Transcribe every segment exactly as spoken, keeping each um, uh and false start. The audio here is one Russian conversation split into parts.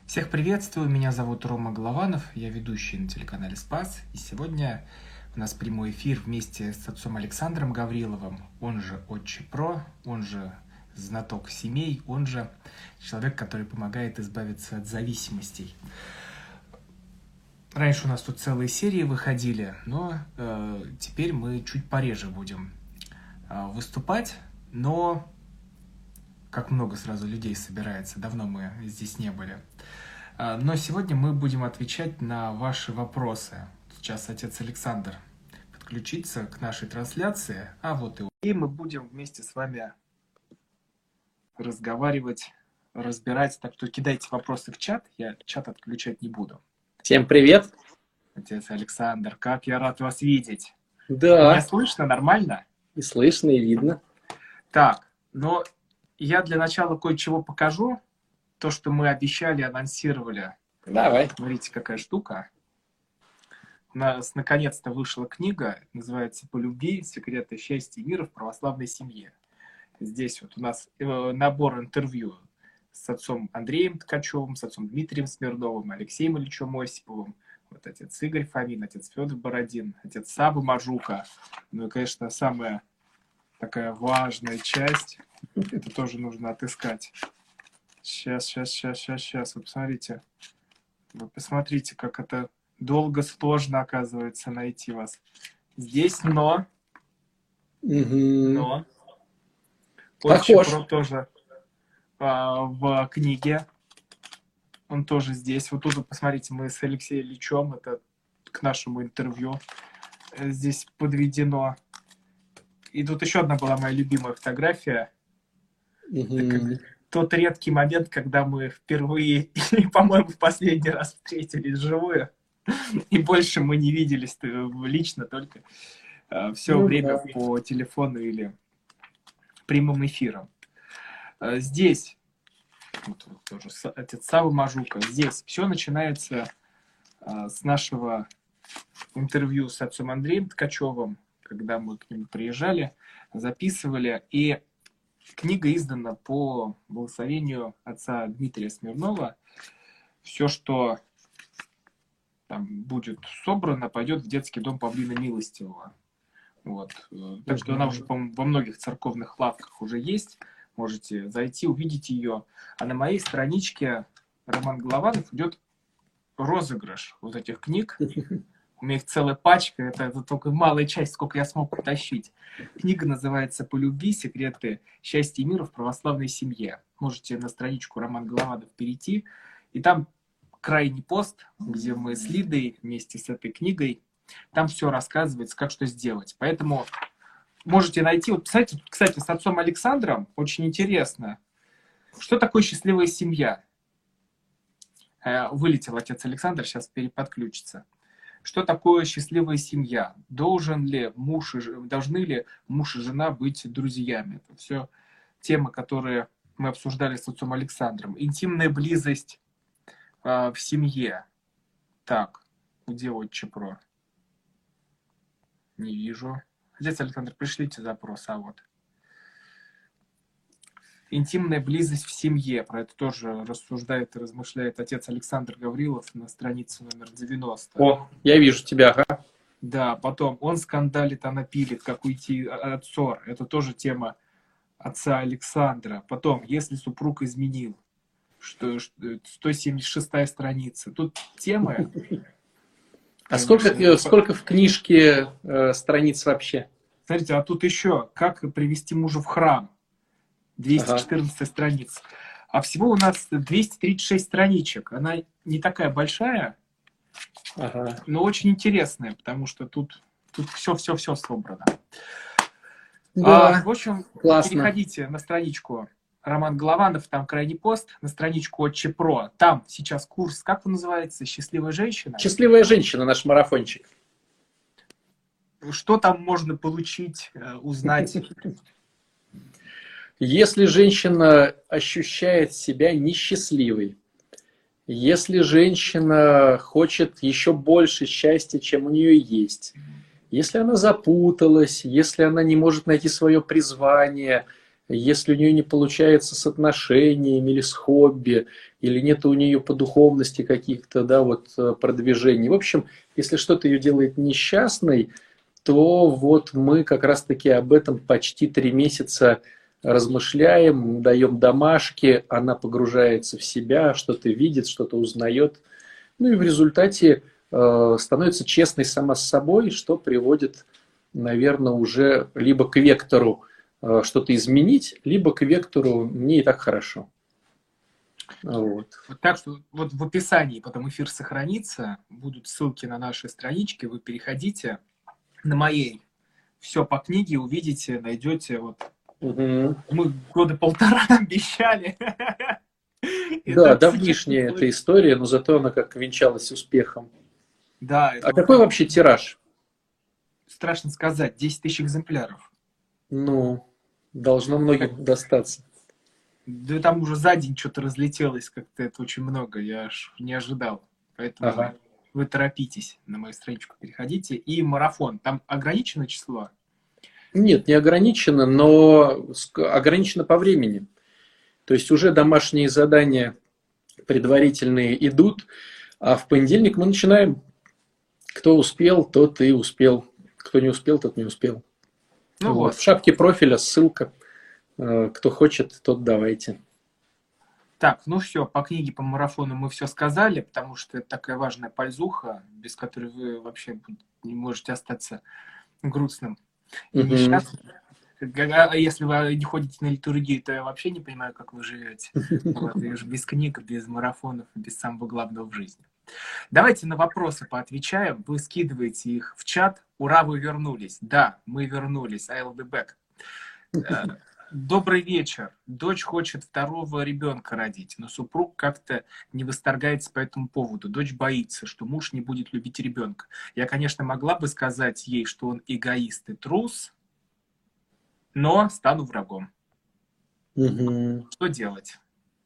Всех приветствую, меня зовут Рома Голованов, я ведущий на телеканале «Спас». И сегодня у нас прямой эфир вместе с отцом Александром Гавриловым, он же Отче Про, он же знаток семей, он же человек, который помогает избавиться от зависимостей. Раньше у нас тут целые серии выходили, но э, теперь мы чуть пореже будем э, выступать, но... Как много сразу людей собирается, давно мы здесь не были. Но сегодня мы будем отвечать на ваши вопросы. Сейчас отец Александр подключится к нашей трансляции, а вот и он. И мы будем вместе с вами разговаривать, разбирать. Так что кидайте вопросы в чат, я чат отключать не буду. Всем привет. Отец Александр, как я рад вас видеть. Да. Меня слышно нормально? И слышно, и видно. Так, но... Я для начала кое-чего покажу. То, что мы обещали, анонсировали. Давай. Смотрите, какая штука. У нас наконец-то вышла книга. Называется «По любви. Секреты счастья и мира в православной семье». Здесь вот у нас набор интервью с отцом Андреем Ткачевым, с отцом Дмитрием Смирновым, Алексеем Ильичем Осиповым. Вот отец Игорь Фомин, отец Федор Бородин, отец Саба Мажука. Ну и, конечно, самая такая важная часть. Это тоже нужно отыскать. Сейчас, сейчас, сейчас, сейчас, сейчас. Вы посмотрите. Вы посмотрите, как это долго, сложно, оказывается, найти вас. Здесь но. Угу. Но. Отче Про тоже а, в книге. Он тоже здесь. Вот тут, вот, посмотрите, мы с Алексеем Ильичем, это к нашему интервью, здесь подведено. И тут еще одна была моя любимая фотография. Угу. Тот редкий момент, когда мы впервые и, по-моему, в последний раз встретились вживую. И больше мы не виделись лично, только э, все ну, время да. по телефону или прямым эфиром. Э, здесь, вот, вот, тоже отец Сава Мажука, здесь все начинается э, с нашего интервью с отцом Андреем Ткачевым, когда мы к нему приезжали, записывали, и книга издана по благословению отца Дмитрия Смирнова. Все, что там будет собрано, пойдет в детский дом Павлина Милостивого. Вот. Так что она уже, по-моему, во многих церковных лавках уже есть. Можете зайти, увидеть ее. А на моей страничке Роман Голованов идет розыгрыш вот этих книг. У меня их целая пачка, это, это только малая часть, сколько я смог потащить. Книга называется «По любви. Секреты счастья и мира в православной семье». Можете на страничку Роман Голованов перейти, и там крайний пост, где мы с Лидой вместе с этой книгой, там все рассказывается, как что сделать. Поэтому можете найти, вот, кстати, кстати, с отцом Александром очень интересно, что такое счастливая семья. Вылетел отец Александр, сейчас переподключится. Что такое счастливая семья? Должен ли муж и, должны ли муж и жена быть друзьями? Это все темы, которые мы обсуждали с отцом Александром. Интимная близость э, в семье. Так, где Отче Про? Не вижу. Отец Александр, пришлите запрос, а вот. Интимная близость в семье. Про это тоже рассуждает и размышляет отец Александр Гаврилов на странице номер девяносто. О, я вижу тебя, ага. Да, потом он скандалит, она пилит, как уйти от ссор. Это тоже тема отца Александра. Потом, если супруг изменил, что, сто семьдесят шестая страница. Тут темы... А сколько, сколько в книжке э, страниц вообще? Смотрите, а тут еще, как привести мужа в храм. двести четырнадцатая ага. страница. А всего у нас двести тридцать шесть страничек. Она не такая большая, ага. но очень интересная, потому что тут, тут все-все-все собрано. Да. А, в общем, классно. Переходите на страничку Роман Голованов, там крайний пост, на страничку Отче Про. Там сейчас курс, как он называется? «Счастливая женщина». «Счастливая женщина», наш марафончик. Что там можно получить, узнать? Если женщина ощущает себя несчастливой, если женщина хочет еще больше счастья, чем у нее есть, если она запуталась, если она не может найти свое призвание, если у нее не получается с отношениями или с хобби, или нет у нее по духовности каких-то, да, вот продвижений. В общем, если что-то ее делает несчастной, то вот мы как раз-таки об этом почти три месяца размышляем, даем домашки, она погружается в себя, что-то видит, что-то узнает. Ну и в результате э, становится честной сама с собой, что приводит, наверное, уже либо к вектору э, что-то изменить, либо к вектору «мне и так хорошо». Вот. Вот так что вот в описании потом эфир сохранится, будут ссылки на наши странички, вы переходите. На моей все по книге увидите, найдете. Вот. Угу. Мы года полтора обещали. Да, давнишняя эта история, но зато она как венчалась успехом. Да. А какой вообще тираж? Страшно сказать, десять тысяч экземпляров. Ну, должно многим достаться. Да там уже за день что-то разлетелось, как-то это очень много, я аж не ожидал. Поэтому ага. Вы торопитесь, на мою страничку переходите. И марафон, там ограничено число? Нет, не ограничено, но ограничено по времени. То есть уже домашние задания предварительные идут, а в понедельник мы начинаем. Кто успел, тот и успел. Кто не успел, тот не успел. Ну вот. Вот. В шапке профиля ссылка. Кто хочет, тот давайте. Так, ну все, по книге, по марафону мы все сказали, потому что это такая важная пользуха, без которой вы вообще не можете остаться грустным и угу. несчастным. А если вы не ходите на литургию, то я вообще не понимаю, как вы живете. Вот, без книг, без марафонов, без самого главного в жизни. Давайте на вопросы поотвечаем. Вы скидываете их в чат. Ура, вы вернулись. Да, мы вернулись. I'll be back. Добрый вечер. Дочь хочет второго ребенка родить, но супруг как-то не восторгается по этому поводу. Дочь боится, что муж не будет любить ребенка. Я, конечно, могла бы сказать ей, что он эгоист и трус, но стану врагом. Угу. Что делать?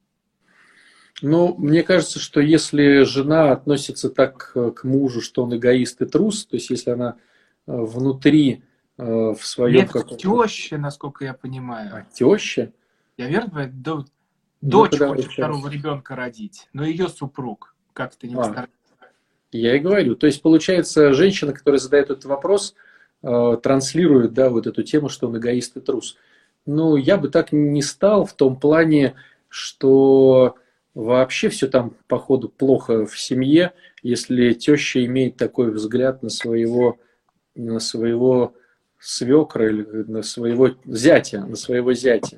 Ну, мне кажется, что если жена относится так к мужу, что он эгоист и трус, то есть если она внутри в своем... Нет, как... теща, насколько я понимаю. А, теща? Я верно? До... Дочь ну, хочет второго ребенка родить, но ее супруг как-то не восторгается. А, я и говорю. То есть, получается, женщина, которая задает этот вопрос, э, транслирует, да, вот эту тему, что он эгоист и трус. Ну, я бы так не стал в том плане, что вообще все там, походу, плохо в семье, если теща имеет такой взгляд на своего, на своего свекра или на своего зятя, на своего зятя.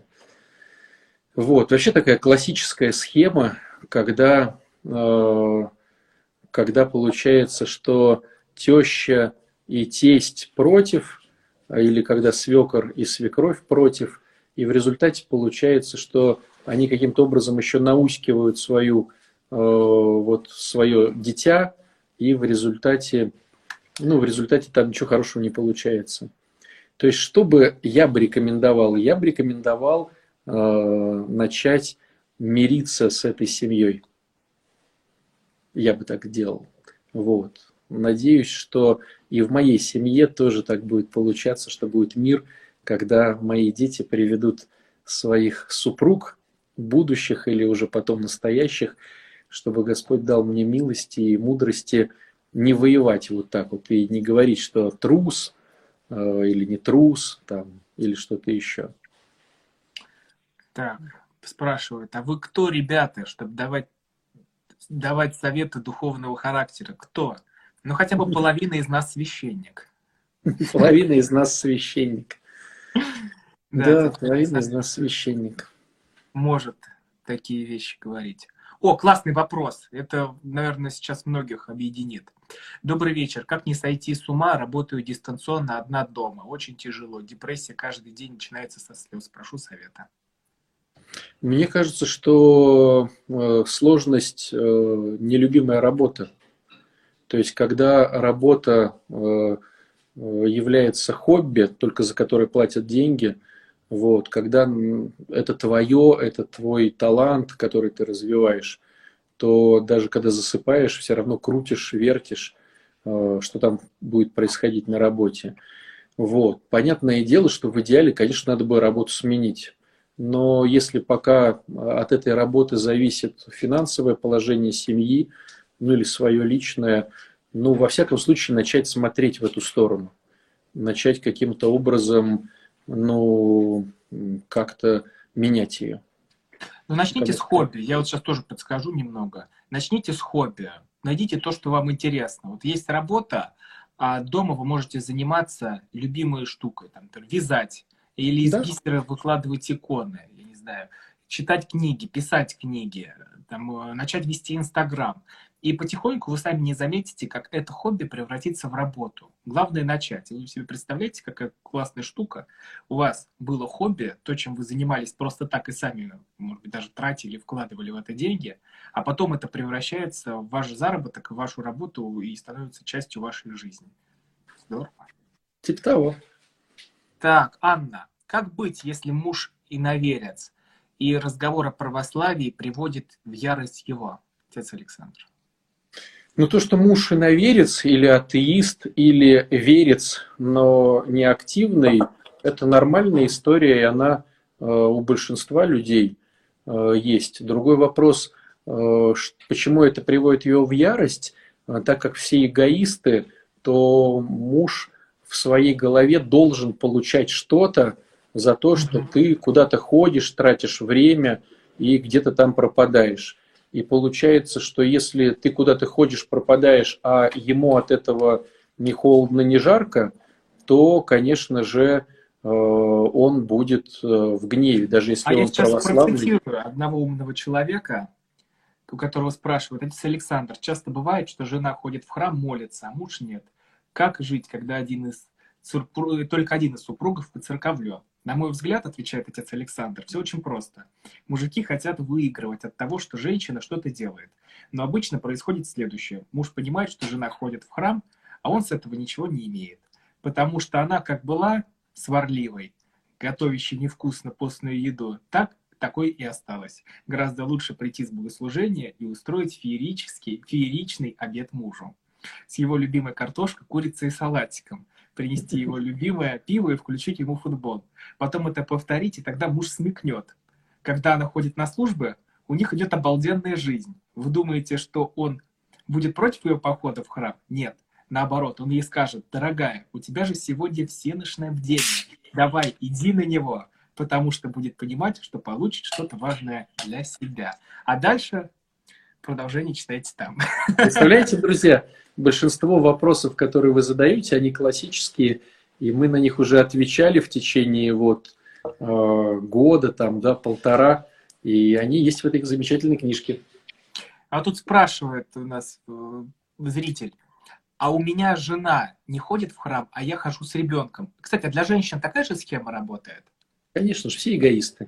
Вот. Вообще такая классическая схема, когда, э, когда получается, что теща и тесть против, или когда свекор и свекровь против, и в результате получается, что они каким-то образом еще наускивают свою, э, вот, свое дитя, и в результате, ну, в результате там ничего хорошего не получается. То есть, что бы я бы рекомендовал? Я бы рекомендовал э, начать мириться с этой семьей. Я бы так делал. Вот. Надеюсь, что и в моей семье тоже так будет получаться, что будет мир, когда мои дети приведут своих супруг, будущих или уже потом настоящих, чтобы Господь дал мне милости и мудрости не воевать вот так вот и не говорить, что трус, или не трус, там, или что-то еще. Так, спрашивают, а вы кто, ребята, чтобы давать, давать советы духовного характера? Кто? Ну, хотя бы половина из нас священник. Половина из нас священник. Да, половина из нас священник. Может такие вещи говорить. О, классный вопрос. Это, наверное, сейчас многих объединит. Добрый вечер. Как не сойти с ума? Работаю дистанционно, одна дома. Очень тяжело. Депрессия каждый день начинается со слез. Прошу совета. Мне кажется, что сложность – нелюбимая работа. То есть, когда работа является хобби, только за которое платят деньги, вот, когда это твое, это твой талант, который ты развиваешь, то даже когда засыпаешь, все равно крутишь, вертишь, что там будет происходить на работе. Вот. Понятное дело, что в идеале, конечно, надо бы работу сменить. но если пока от этой работы зависит финансовое положение семьи, ну или свое личное, ну, во всяком случае, начать смотреть в эту сторону, начать каким-то образом, ну, как-то менять ее. Ну, начните с хобби. Я вот сейчас тоже подскажу немного. Начните с хобби. Найдите то, что вам интересно. Вот есть работа, а дома вы можете заниматься любимой штукой. Там, например, вязать. Или из Да? бисера выкладывать иконы. Я не знаю. Читать книги, писать книги. Там, начать вести Инстаграм. И потихоньку вы сами не заметите, как это хобби превратится в работу. Главное начать. Вы себе представляете, какая классная штука. У вас было хобби, то, чем вы занимались просто так и сами, может быть, даже тратили, вкладывали в это деньги, а потом это превращается в ваш заработок, в вашу работу и становится частью вашей жизни. Здорово. Типа того. Так, Анна, как быть, если муж иноверец, и разговор о православии приводит в ярость его? Отец Александр. Ну, то, что муж иноверец или атеист, или верец, но не активный, это нормальная история, и она э, у большинства людей э, есть. Другой вопрос, э, почему это приводит его в ярость, э, так как все эгоисты, то муж в своей голове должен получать что-то за то, что ты куда-то ходишь, тратишь время и где-то там пропадаешь. И получается, что если ты куда-то ходишь, пропадаешь, а ему от этого ни холодно, ни жарко, то, конечно же, он будет в гневе, даже если а он я сейчас православный. процитирую одного умного человека, у которого спрашивают: отец Александр, часто бывает, что жена ходит в храм, молится, а муж нет. Как жить, когда один из только один из супругов поцерковлен? На мой взгляд, отвечает отец Александр, все очень просто. Мужики хотят выигрывать от того, что женщина что-то делает. Но обычно происходит следующее. Муж понимает, что жена ходит в храм, а он с этого ничего не имеет. Потому что она как была сварливой, готовящей невкусно постную еду, так такой и осталась. Гораздо лучше прийти с богослужения и устроить феерический, фееричный обед мужу. С его любимой картошкой, курицей и салатиком. Принести его любимое пиво и включить ему футбол. Потом это повторить, и тогда муж смекнет. Когда она ходит на службы, у них идет обалденная жизнь. Вы думаете, что он будет против ее похода в храм? Нет. Наоборот, он ей скажет: дорогая, у тебя же сегодня всенощное бдение. Давай, иди на него. Потому что будет понимать, что получит что-то важное для себя. А дальше продолжение читайте там. Представляете, друзья, большинство вопросов, которые вы задаете, они классические, и мы на них уже отвечали в течение вот э, года, там, да, полтора, и они есть в этой замечательной книжке. А тут спрашивает у нас э, зритель: а у меня жена не ходит в храм, а я хожу с ребенком. Кстати, для женщин такая же схема работает? Конечно же, все эгоисты.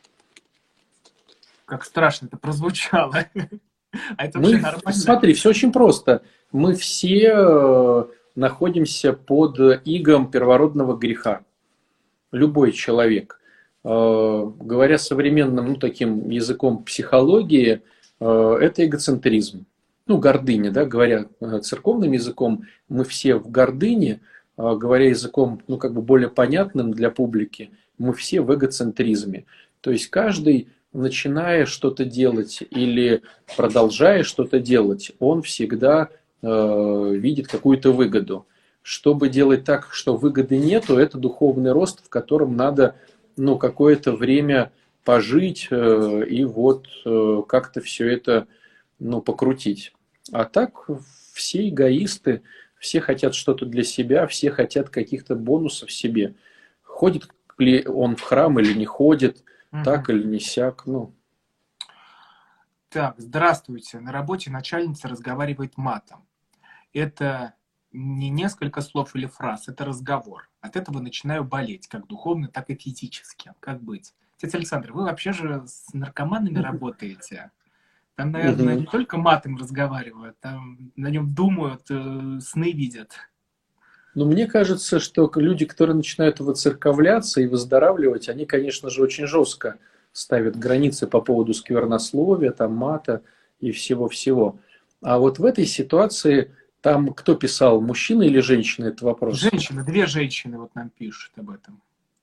Как страшно это прозвучало. А это Мы, вообще нормально? смотри, все очень просто. Мы все находимся под игом первородного греха. Любой человек. Говоря современным, ну, таким языком психологии, это эгоцентризм. Ну, гордыня, да, говоря церковным языком, мы все в гордыне, говоря языком, ну, как бы более понятным для публики, мы все в эгоцентризме. То есть каждый, начиная что-то делать или продолжая что-то делать, он всегда э, видит какую-то выгоду. Чтобы делать так, что выгоды нету, это духовный рост, в котором надо, ну, какое-то время пожить э, и вот э, как-то все это, ну, покрутить. А так все эгоисты, все хотят что-то для себя, все хотят каких-то бонусов себе. Ходит ли он в храм или не ходит, угу. Так или не сяк, ну. Так, здравствуйте. На работе начальница разговаривает матом. Это не несколько слов или фраз, это разговор. От этого начинаю болеть, как духовно, так и физически. Как быть? Отец Александр, вы вообще же с наркоманами работаете? Там, наверное, не только матом разговаривают, там на нем думают, сны видят. Но мне кажется, что люди, которые начинают выцерковляться и выздоравливать, они, конечно же, очень жестко ставят границы по поводу сквернословия, там, мата и всего-всего. А вот в этой ситуации, там кто писал, мужчина или женщина, это вопрос? Женщина, две женщины вот нам пишут об этом.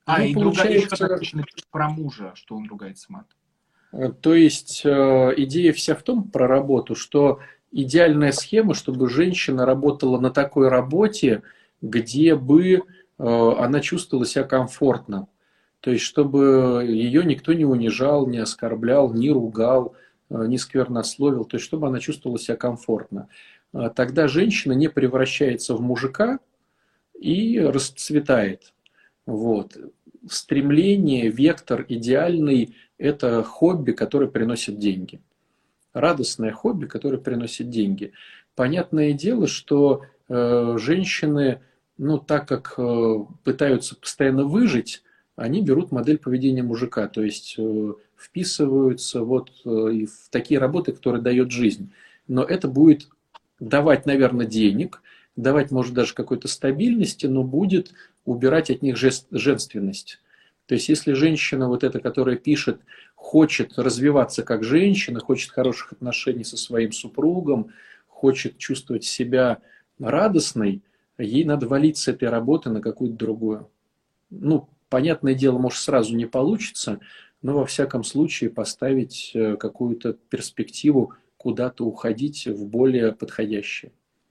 А, Ну, и другая еще получается, женщина пишет про мужа, что он ругается матом. э, то есть э, идея вся в том про работу, что идеальная схема, чтобы женщина работала на такой работе, где бы э, она чувствовала себя комфортно. То есть, чтобы ее никто не унижал, не оскорблял, не ругал, э, не сквернословил. То есть, чтобы она чувствовала себя комфортно. Э, Тогда женщина не превращается в мужика и расцветает. Вот. Стремление, вектор идеальный – это хобби, которое приносит деньги. Радостное хобби, которое приносит деньги. Понятное дело, что э, женщины, ну, так как э, пытаются постоянно выжить, они берут модель поведения мужика, то есть э, вписываются вот э, и в такие работы, которые дают жизнь. Но это будет давать, наверное, денег, давать, может, даже какой-то стабильности, но будет убирать от них жест, женственность. То есть, если женщина, вот эта, которая пишет, хочет развиваться как женщина, хочет хороших отношений со своим супругом, хочет чувствовать себя радостной, ей надо валить с этой работы на какую-то другую. Ну, понятное дело, может, сразу не получится, но во всяком случае поставить э, какую-то перспективу куда-то уходить в более подходящее.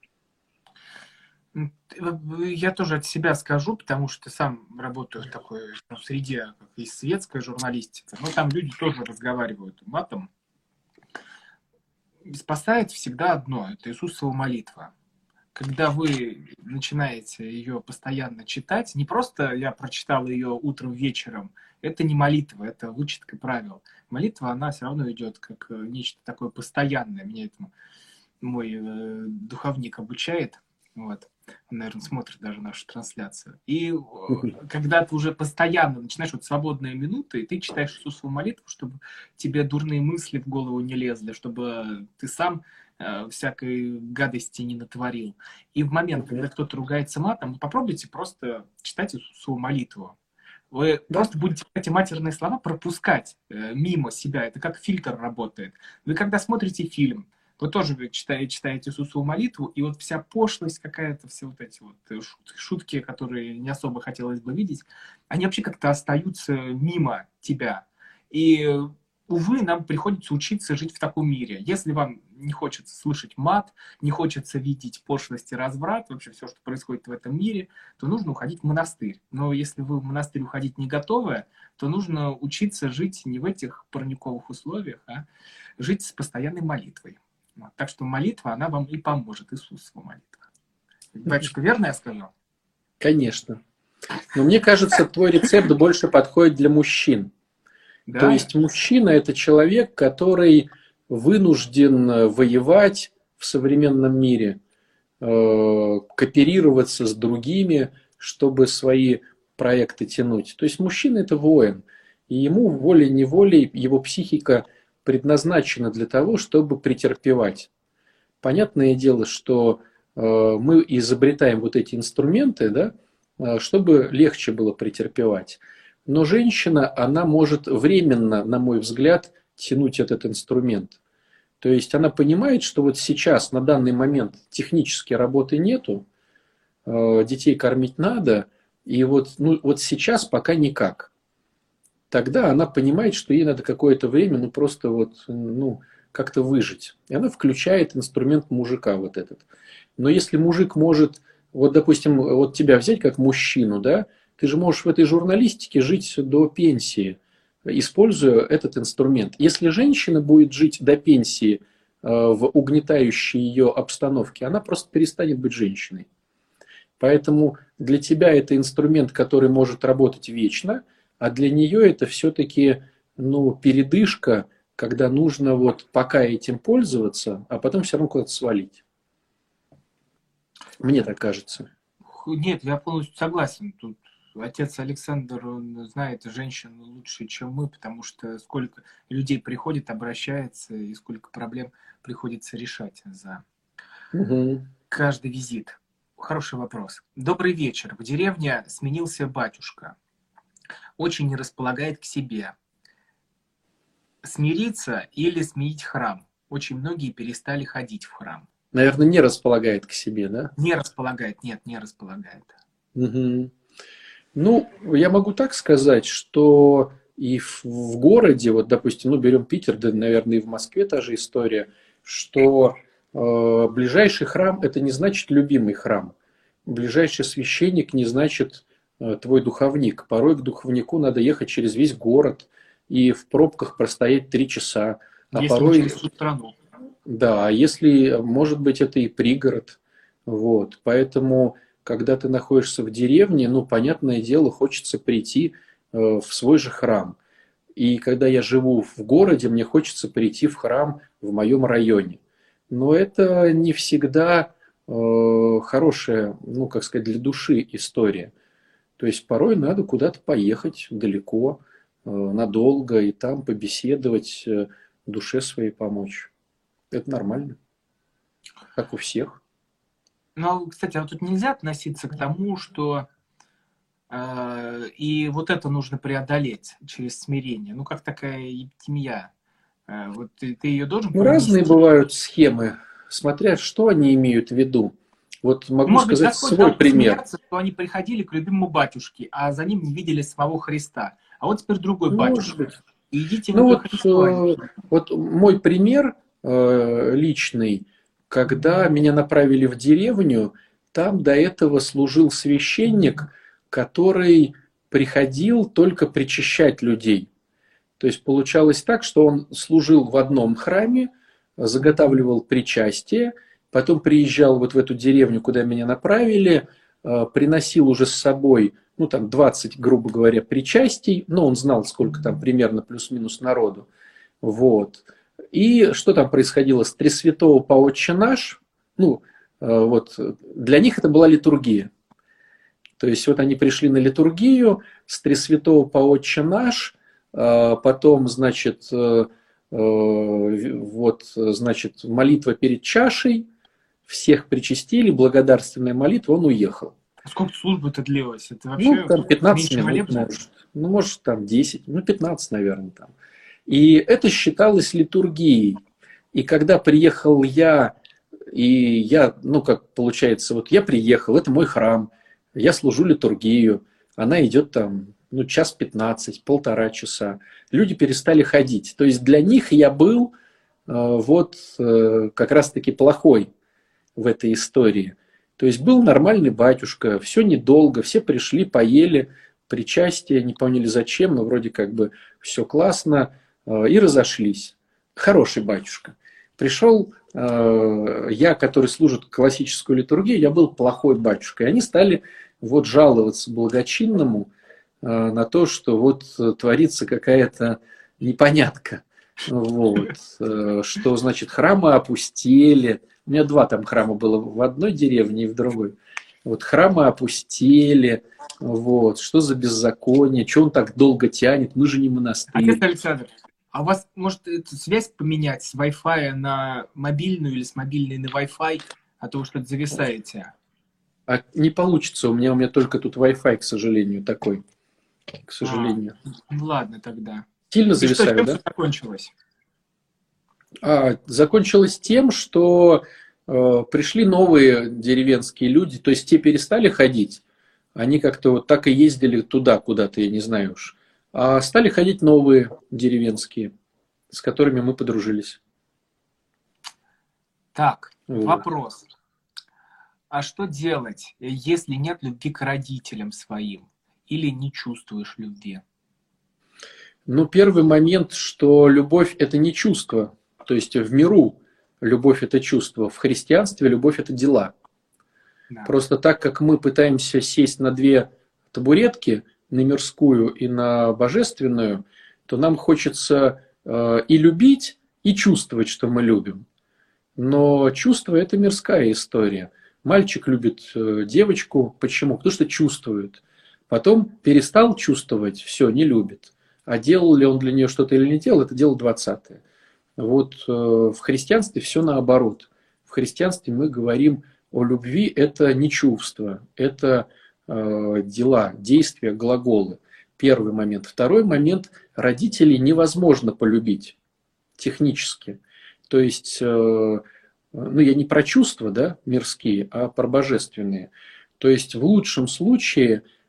М, Я тоже от себя скажу, потому что сам работаю в такой ну, среде, как и светская журналистика. Но там люди тоже разговаривают матом. Спасает всегда одно – это Иисусова молитва. Когда вы начинаете ее постоянно читать, не просто я прочитал ее утром, вечером, это не молитва, это вычетка правил. Молитва, она все равно идет как э, нечто такое постоянное. Меня этому мой э, духовник обучает. Вот. Он, наверное, смотрит даже нашу трансляцию. И э, когда ты уже постоянно начинаешь вот свободные минуты, и ты читаешь Иисусову молитву, чтобы тебе дурные мысли в голову не лезли, чтобы ты сам э, всякой гадости не натворил. И в момент, когда кто-то ругается матом, попробуйте просто читать Иисусову молитву. Вы Да? просто будете эти матерные слова пропускать э, мимо себя. Это как фильтр работает. Вы когда смотрите фильм, вы тоже читаете, читаете Иисусову молитву, и вот вся пошлость какая-то, все вот эти вот шутки, которые не особо хотелось бы видеть, они вообще как-то остаются мимо тебя. И, увы, нам приходится учиться жить в таком мире. Если вам не хочется слышать мат, не хочется видеть пошлость и разврат, вообще все, что происходит в этом мире, то нужно уходить в монастырь. Но если вы в монастырь уходить не готовы, то нужно учиться жить не в этих парниковых условиях, а жить с постоянной молитвой. Вот. Так что молитва, она вам и поможет, Иисусова молитва. Батюшка, верно я сказал? Конечно. Но мне кажется, твой рецепт больше подходит для мужчин. Да? То есть мужчина – это человек, который вынужден воевать в современном мире, э, кооперироваться с другими, чтобы свои проекты тянуть. То есть мужчина – это воин. И ему волей-неволей его психика предназначена для того, чтобы претерпевать. Понятное дело, что э, мы изобретаем вот эти инструменты, да, э, чтобы легче было претерпевать. Но женщина, она может временно, на мой взгляд, тянуть этот инструмент. То есть она понимает, что вот сейчас, на данный момент, технически работы нету, э, детей кормить надо, и вот, ну, вот сейчас пока никак. Тогда она понимает, что ей надо какое-то время, ну, просто вот, ну, как-то выжить. И она включает инструмент мужика вот этот. Но если мужик может, вот, допустим, вот тебя взять как мужчину, да, ты же можешь в этой журналистике жить до пенсии, используя этот инструмент. Если женщина будет жить до пенсии э, в угнетающей ее обстановке, она просто перестанет быть женщиной. Поэтому для тебя это инструмент, который может работать вечно, а для нее это все-таки, ну, передышка, когда нужно вот пока этим пользоваться, а потом все равно куда-то свалить. Мне так кажется. Нет, я полностью согласен. Тут отец Александр, он знает женщин лучше, чем мы, потому что сколько людей приходит, обращается, и сколько проблем приходится решать за Угу. каждый визит. Хороший вопрос. Добрый вечер. В деревне сменился батюшка. Очень не располагает к себе. Смириться или сменить храм? Очень многие перестали ходить в храм. Наверное, не располагает к себе, да? Не располагает, нет, не располагает. Угу. Ну, я могу так сказать, что и в, в городе, вот, допустим, ну, берем Питер, да, наверное, и в Москве та же история, что э, ближайший храм – это не значит любимый храм. Ближайший священник не значит э, твой духовник. Порой к духовнику надо ехать через весь город и в пробках простоять три часа. А Если не порой, через всю страну. да, а если, может быть, это и пригород. Вот. Поэтому, когда ты находишься в деревне, ну, понятное дело, хочется прийти э, в свой же храм. И когда я живу в городе, мне хочется прийти в храм в моем районе. Но это не всегда э, хорошая, ну, как сказать, для души история. То есть порой надо куда-то поехать далеко, э, надолго, и там побеседовать, э, душе своей помочь. Это нормально, как у всех. Но, кстати, а вот тут нельзя относиться к тому, что э, и вот это нужно преодолеть через смирение. Ну, как такая епитемия. Э, вот ты, ты ее должен Ну, разные понести. бывают схемы, смотря что они имеют в виду. Вот Ну, могу может быть, сказать Господь свой дал пример. посмеяться, что они приходили к любимому батюшке, а за ним не видели самого Христа. А вот теперь другой Может батюшка. быть. И идите Ну вы ко вот, Христу, а не э, к ним. вот мой пример э, личный, когда меня направили в деревню, там до этого служил священник, который приходил только причащать людей. То есть получалось так, что он служил в одном храме, заготавливал причастие, потом приезжал вот в эту деревню, куда меня направили, э, приносил уже с собой, ну там двадцать, грубо говоря, причастий, но он знал, сколько там примерно плюс-минус народу. Вот. И что там происходило? С Тресвятого по Отче наш, ну, э, вот, для них это была литургия. То есть вот они пришли на литургию с Тресвятого по Отче наш, э, потом, значит, э, э, вот, значит, молитва перед чашей, всех причастили, благодарственная молитва, он уехал. А сколько службы-то длилось? Это Ну, вообще там пятнадцать меньше минут, молебна? может. Ну, может, там десять, ну, пятнадцать, наверное, там. И это считалось литургией. И когда приехал я, и я, ну, как получается, вот я приехал, это мой храм, я служу литургию, она идет там, ну, час пятнадцать, полтора часа. Люди перестали ходить. То есть для них я был э, вот э, как раз-таки плохой в этой истории. То есть был нормальный батюшка, все недолго, все пришли, поели, причастие, не поняли зачем, но вроде как бы все классно, э, и разошлись. Хороший батюшка. Пришел э, я, который служит классическую литургию, я был плохой батюшка. И они стали вот жаловаться благочинному э, на то, что вот творится какая-то непонятка. Вот. Э, что значит храмы опустели. У меня два там храма было, в одной деревне и в другой. Вот храмы опустели. Вот. Что за беззаконие? Что он так долго тянет? Мы же не Отец монастырь. Александр, а у вас может эту связь поменять с Wi-Fi на мобильную или с мобильной на Wi-Fi, а то вы что-то зависаете? А не получится у меня, у меня только тут Wi-Fi, к сожалению, такой. К А, сожалению. ну ладно тогда. Сильно И что, зависаю, чем да? все закончилось? А, закончилось тем, что э, пришли новые деревенские люди, то есть те перестали ходить, они как-то вот так и ездили туда куда-то, я не знаю уж. А стали ходить новые деревенские, с которыми мы подружились. Так, Вот. вопрос. А что делать, если нет любви к родителям своим? Или не чувствуешь любви? Ну, первый момент, что любовь – это не чувство. То есть в миру любовь – это чувство, в христианстве любовь – это дела. Да. Просто так, как мы пытаемся сесть на две табуретки, на мирскую и на божественную, то нам хочется э, и любить, и чувствовать, что мы любим. Но чувство – это мирская история. Мальчик любит э, девочку. Почему? Потому что чувствует. Потом перестал чувствовать, все, не любит. А делал ли он для нее что-то или не делал, это дело двадцатое. Вот э, в христианстве все наоборот. В христианстве мы говорим о любви, это не чувство, это э, дела, действия, глаголы. Первый момент. Второй момент. Родителей невозможно полюбить технически. То есть, э, ну я не про чувства, да, мирские, а про божественные. То есть в лучшем случае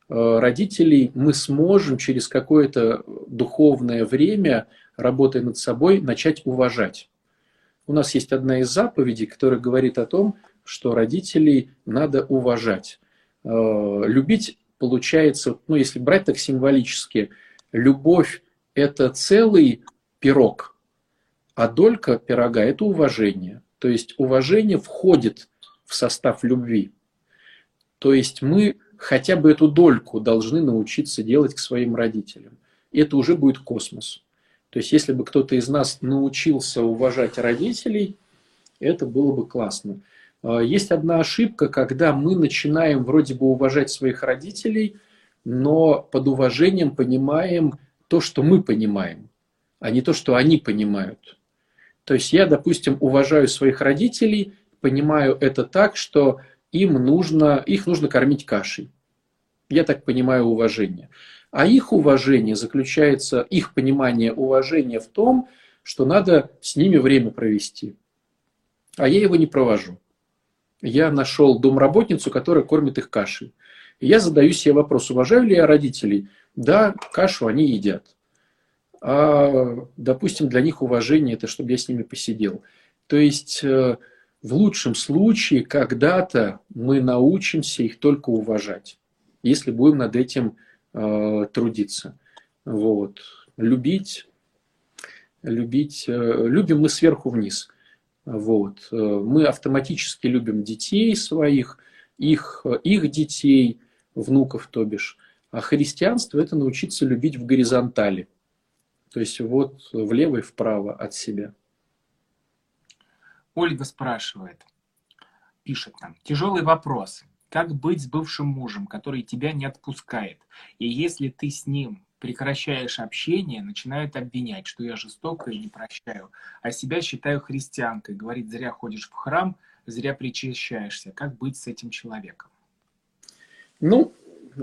родителей мы сможем через какое-то духовное время, работая над собой, начать уважать. У нас есть одна из заповедей, которая говорит о том, что родителей надо уважать. Любить получается, ну если брать так символически, любовь – это целый пирог, а долька пирога – это уважение. То есть уважение входит в состав любви. То есть мы хотя бы эту дольку должны научиться делать к своим родителям. И это уже будет космос. То есть если бы кто-то из нас научился уважать родителей, это было бы классно. Есть одна ошибка, когда мы начинаем вроде бы уважать своих родителей, но под уважением понимаем то, что мы понимаем, а не то, что они понимают. То есть я, допустим, уважаю своих родителей, понимаю это так, что им нужно, их нужно кормить кашей. Я так понимаю уважение. А их уважение заключается, их понимание уважения в том, что надо с ними время провести. А я его не провожу. Я нашел домработницу, которая кормит их кашей. И я задаю себе вопрос, уважаю ли я родителей? Да, кашу они едят. А, допустим, для них уважение – это чтобы я с ними посидел. То есть, в лучшем случае, когда-то мы научимся их только уважать, если будем над этим э, трудиться. Вот. Любить, любить, э, любим мы сверху вниз. Вот. Мы автоматически любим детей своих, их, их детей, внуков, то бишь. А христианство – это научиться любить в горизонтали. То есть вот влево и вправо от себя. Ольга спрашивает, пишет нам, тяжелый вопрос. Как быть с бывшим мужем, который тебя не отпускает? И если ты с ним прекращаешь общение, начинают обвинять, что я жестока и не прощаю, а себя считаю христианкой. Говорит, зря ходишь в храм, зря причащаешься. Как быть с этим человеком? Ну,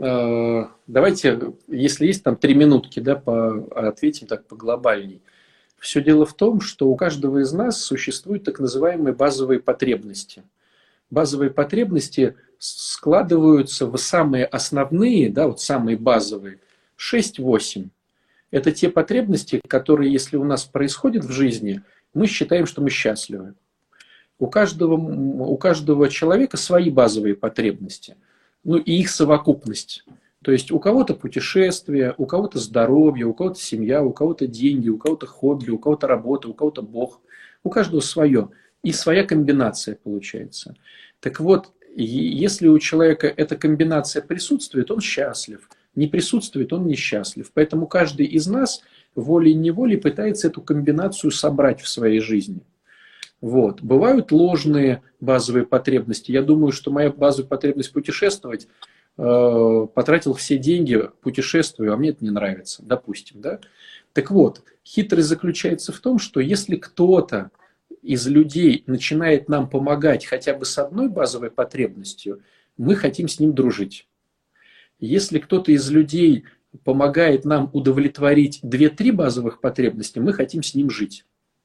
давайте, если есть там три минутки, да, по, ответим так поглобальней. Все дело в том, что у каждого из нас существуют так называемые базовые потребности. Базовые потребности складываются в самые основные, да, вот самые базовые, шесть-восемь. Это те потребности, которые, если у нас происходят в жизни, мы считаем, что мы счастливы. У каждого, у каждого человека свои базовые потребности, ну и их совокупность. То есть у кого-то путешествие, у кого-то здоровье, у кого-то семья, у кого-то деньги, у кого-то хобби, у кого-то работа, у кого-то Бог. У каждого свое. И своя комбинация получается. Так вот, если у человека эта комбинация присутствует, он счастлив. Не присутствует, он несчастлив. Поэтому каждый из нас волей-неволей пытается эту комбинацию собрать в своей жизни. Вот. Бывают ложные базовые потребности. Я думаю, что моя базовая потребность путешествовать, э, потратил все деньги, путешествую, а мне это не нравится, допустим. Да? Так вот, хитрость заключается в том, что если кто-то из людей начинает нам помогать хотя бы с одной базовой потребностью, мы хотим с ним дружить. Если кто-то из людей помогает нам удовлетворить две-три базовых потребности, мы хотим с ним жить.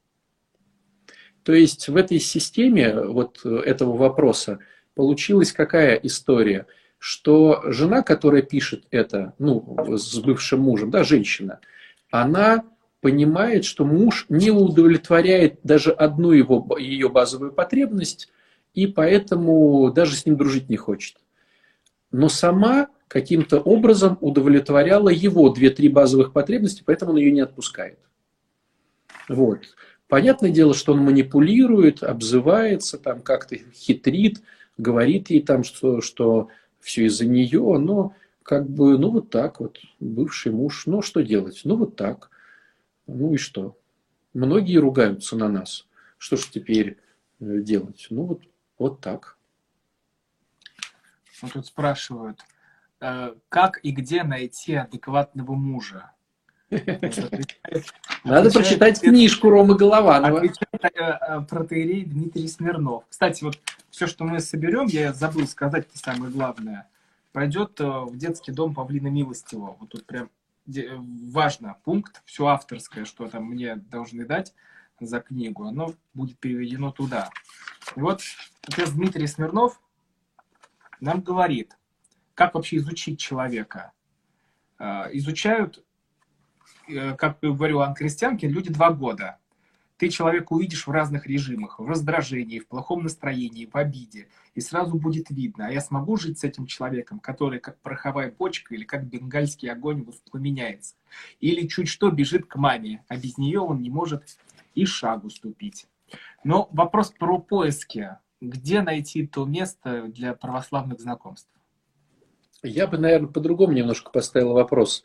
То есть в этой системе вот этого вопроса получилась какая история, что жена, которая пишет это, ну, с бывшим мужем, да, женщина, она понимает, что муж не удовлетворяет даже одну его, ее базовую потребность, и поэтому даже с ним дружить не хочет. Но сама каким-то образом удовлетворяла его две-три базовых потребности, поэтому он ее не отпускает. Вот. Понятное дело, что он манипулирует, обзывается, там как-то хитрит, говорит ей там, что, что все из-за нее, но как бы, ну вот так вот, бывший муж, ну что делать, ну вот так, ну и что? Многие ругаются на нас, что ж теперь делать? Ну вот, вот так. Вот тут спрашивают, как и где найти адекватного мужа? Надо прочитать книжку Ромы Голованова. Отвечает протоиерей Дмитрий Смирнов. Кстати, вот все, что мы соберем, я забыл сказать, это самое главное, пойдет в детский дом Павлина Милостивого. Вот тут прям важно пункт, все авторское, что там мне должны дать за книгу, оно будет переведено туда. И вот отец Дмитрий Смирнов нам говорит, как вообще изучить человека? Изучают, как говорил Ан Крестьянкин, люди два года. Ты человека увидишь в разных режимах, в раздражении, в плохом настроении, в обиде, и сразу будет видно, а я смогу жить с этим человеком, который как пороховая почка или как бенгальский огонь воспламеняется, или чуть что бежит к маме, а без нее он не может и шагу ступить. Но вопрос про поиски. Где найти то место для православных знакомств? Я бы, наверное, по-другому немножко поставил вопрос.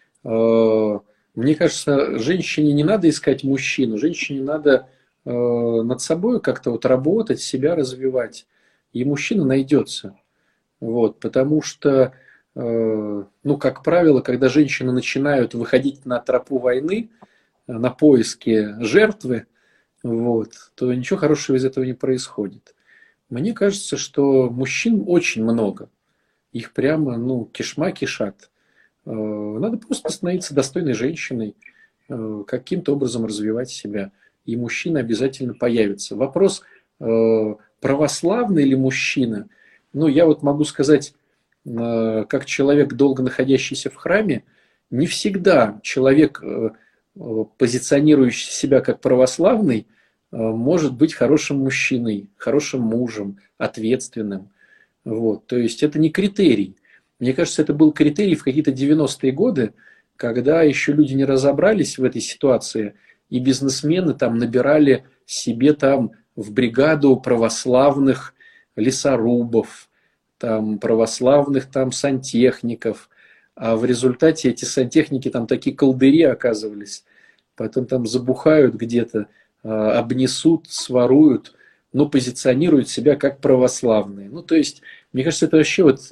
Мне кажется, женщине не надо искать мужчину, женщине надо над собой как-то вот работать, себя развивать, и мужчина найдется. Вот, потому что, ну, как правило, когда женщины начинают выходить на тропу войны, на поиски жертвы, вот, то ничего хорошего из этого не происходит. Мне кажется, что мужчин очень много. Их прямо, ну, кишма кишат. Надо просто становиться достойной женщиной, каким-то образом развивать себя. И мужчина обязательно появится. Вопрос, православный ли мужчина? Ну, я вот могу сказать, как человек, долго находящийся в храме, не всегда человек, позиционирующий себя как православный, может быть хорошим мужчиной, хорошим мужем, ответственным. Вот. То есть это не критерий. Мне кажется, это был критерий в какие-то девяностые годы, когда еще люди не разобрались в этой ситуации, и бизнесмены там набирали себе там в бригаду православных лесорубов, там православных там сантехников, а в результате эти сантехники там такие колдыри оказывались, потом там забухают где-то, обнесут, своруют, но позиционируют себя как православные. Ну, то есть, мне кажется, это вообще вот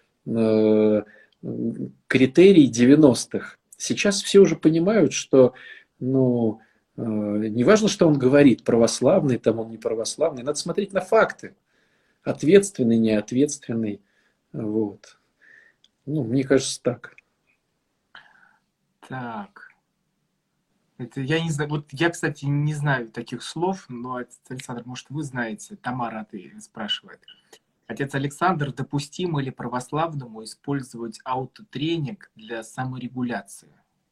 э, критерий девяностых. Сейчас все уже понимают, что, ну, э, не важно, что он говорит, православный, там он не православный, надо смотреть на факты. Ответственный, неответственный. Вот. Ну, мне кажется, так. Так. Это я не знаю, вот я, кстати, не знаю таких слов, но, Александр, может, вы знаете, Тамара, ты спрашивает. Отец Александр, допустимо ли православному использовать аутотренинг для саморегуляции?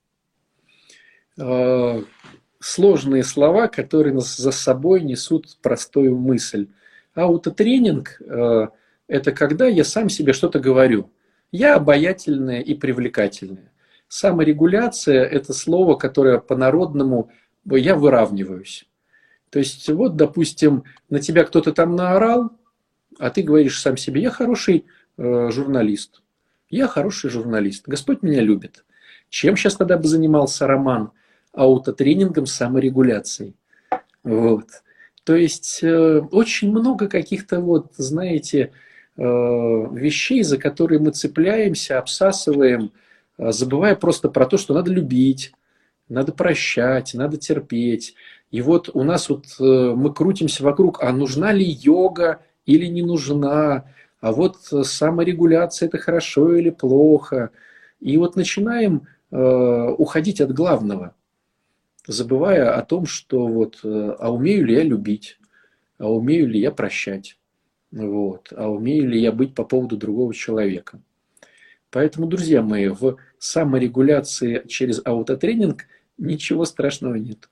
Сложные слова, которые за собой несут простую мысль. Аутотренинг – это когда я сам себе что-то говорю. Я обаятельная и привлекательная. Саморегуляция – это слово, которое по-народному я выравниваюсь. То есть, вот, допустим, на тебя кто-то там наорал, а ты говоришь сам себе, я хороший э, журналист. Я хороший журналист. Господь меня любит. Чем сейчас тогда бы занимался Роман? Аутотренингом, саморегуляцией. Вот. То есть, э, очень много каких-то, вот, знаете, э, вещей, за которые мы цепляемся, обсасываем, забывая просто про то, что надо любить, надо прощать, надо терпеть. И вот у нас вот мы крутимся вокруг, а нужна ли йога или не нужна, а вот саморегуляция – это хорошо или плохо. И вот начинаем э, уходить от главного, забывая о том, что вот, а умею ли я любить, а умею ли я прощать, вот, а умею ли я быть по поводу другого человека. Поэтому, друзья мои, в саморегуляции через аутотренинг ничего страшного нет.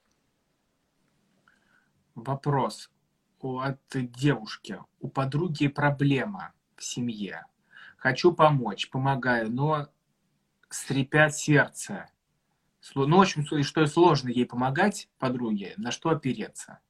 Вопрос от девушки. У подруги проблема в семье. Хочу помочь, помогаю, но скрипят сердце. Ну, в общем, что сложно ей помогать подруге, на что опереться?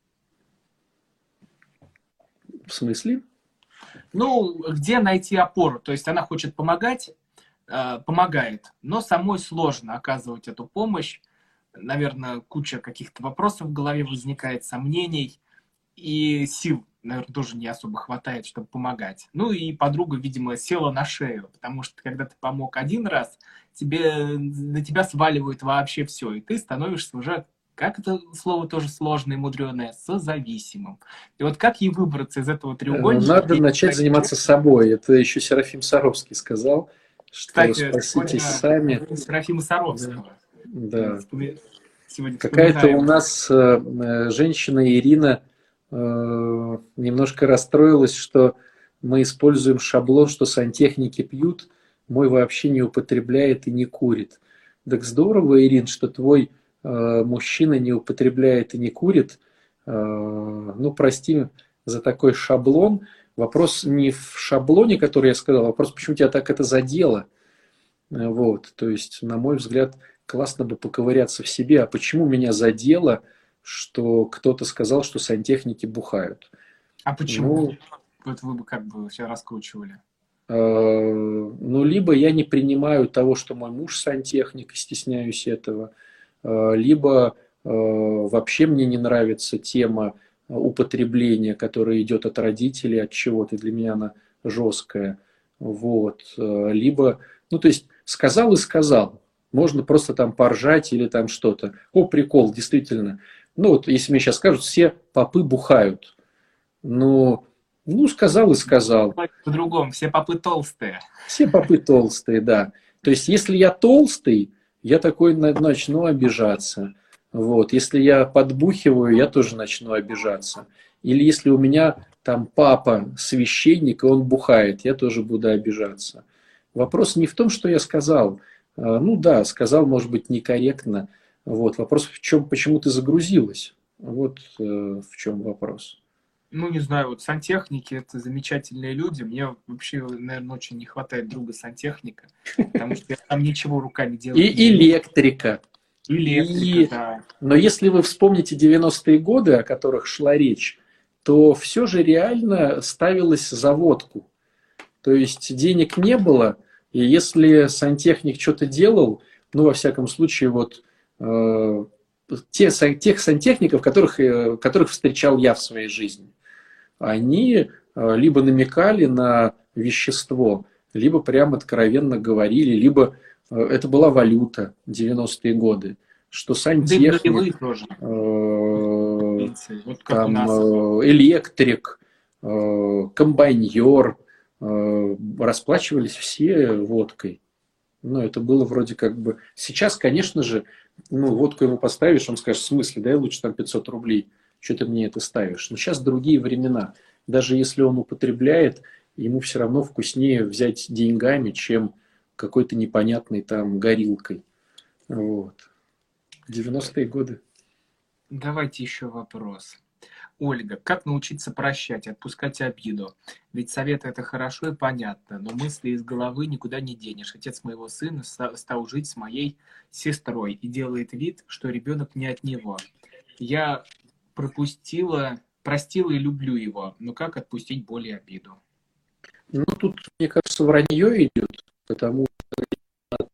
В смысле? Ну, где найти опору? То есть она хочет помогать, э, помогает, но самой сложно оказывать эту помощь. Наверное, куча каких-то вопросов в голове возникает, сомнений, и сил, наверное, тоже не особо хватает, чтобы помогать. Ну и подруга, видимо, села на шею, потому что когда ты помог один раз, тебе, на тебя сваливают вообще все, и ты становишься уже, как это слово тоже сложное и мудреное, созависимым. И вот как ей выбраться из этого треугольника? Надо начать заниматься собой. Это еще Серафим Саровский сказал, что Кстати, спаситесь сами. Серафима Саровского. Да. Сегодня какая-то у нас женщина Ирина немножко расстроилась, что мы используем шаблон, что сантехники пьют, мой вообще не употребляет и не курит. Так здорово, Ирин, что твой э, мужчина не употребляет и не курит. Э, ну, прости за такой шаблон. Вопрос не в шаблоне, который я сказал, вопрос, почему тебя так это задело. Вот, то есть, на мой взгляд, классно бы поковыряться в себе, а почему меня задело, что кто-то сказал, что сантехники бухают. А почему? Ну, вот вы бы как бы все раскручивали. Э, ну, либо я не принимаю того, что мой муж сантехник, и стесняюсь этого, э, либо э, вообще мне не нравится тема употребления, которая идет от родителей, от чего-то, для меня она жесткая. Вот. Либо, ну, то есть, сказал и сказал. Можно просто там поржать или там что-то. О, прикол, действительно. Ну, вот если мне сейчас скажут, все попы бухают. Ну, ну сказал и сказал. По-другому, все попы толстые. Все попы толстые, да. То есть, если я толстый, я такой начну обижаться. Вот. Если я подбухиваю, я тоже начну обижаться. Или если у меня там папа священник, и он бухает, я тоже буду обижаться. Вопрос не в том, что я сказал. Ну да, сказал, может быть, некорректно. Вот. Вопрос в чем, почему ты загрузилась? Вот э, в чем вопрос. Ну, не знаю, вот сантехники – это замечательные люди. Мне вообще, наверное, очень не хватает друга сантехника, потому что я там ничего руками делаю. И электрика. Электрика, и... да. Но если вы вспомните девяностые годы, о которых шла речь, то все же реально ставилось за водку. То есть денег не было, и если сантехник что-то делал, ну, во всяком случае, вот э, те, тех сантехников, которых, э, которых встречал я в своей жизни, они э, либо намекали на вещество, либо прямо откровенно говорили, либо э, это была валюта девяностые годы, что сантехник, э, вот там, э, электрик, э, комбайнер, расплачивались все водкой. Ну, это было вроде как бы... Сейчас, конечно же, ну, водку ему поставишь, он скажет, в смысле, дай лучше там пятьсот рублей, что ты мне это ставишь. Но сейчас другие времена. Даже если он употребляет, ему все равно вкуснее взять деньгами, чем какой-то непонятной там горилкой. Вот. девяностые годы. Давайте еще вопрос. Ольга, как научиться прощать, отпускать обиду? Ведь советы это хорошо и понятно, но мысли из головы никуда не денешь. Отец моего сына стал жить с моей сестрой и делает вид, что ребенок не от него. Я пропустила, простила и люблю его, но как отпустить боль и обиду? Ну, тут, мне кажется, вранье идет, потому что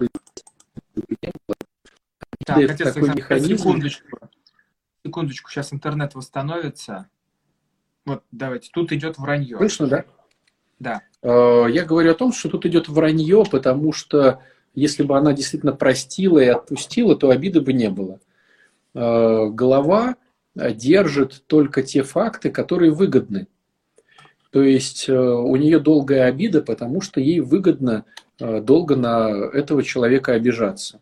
так, это отец, такой механизм. Секундочку. Секундочку, сейчас интернет восстановится. Вот, давайте. Тут идет вранье. Слышно, да? Да. Я говорю о том, что тут идет вранье, потому что если бы она действительно простила и отпустила, то обиды бы не было. Голова держит только те факты, которые выгодны. То есть у нее долгая обида, потому что ей выгодно долго на этого человека обижаться.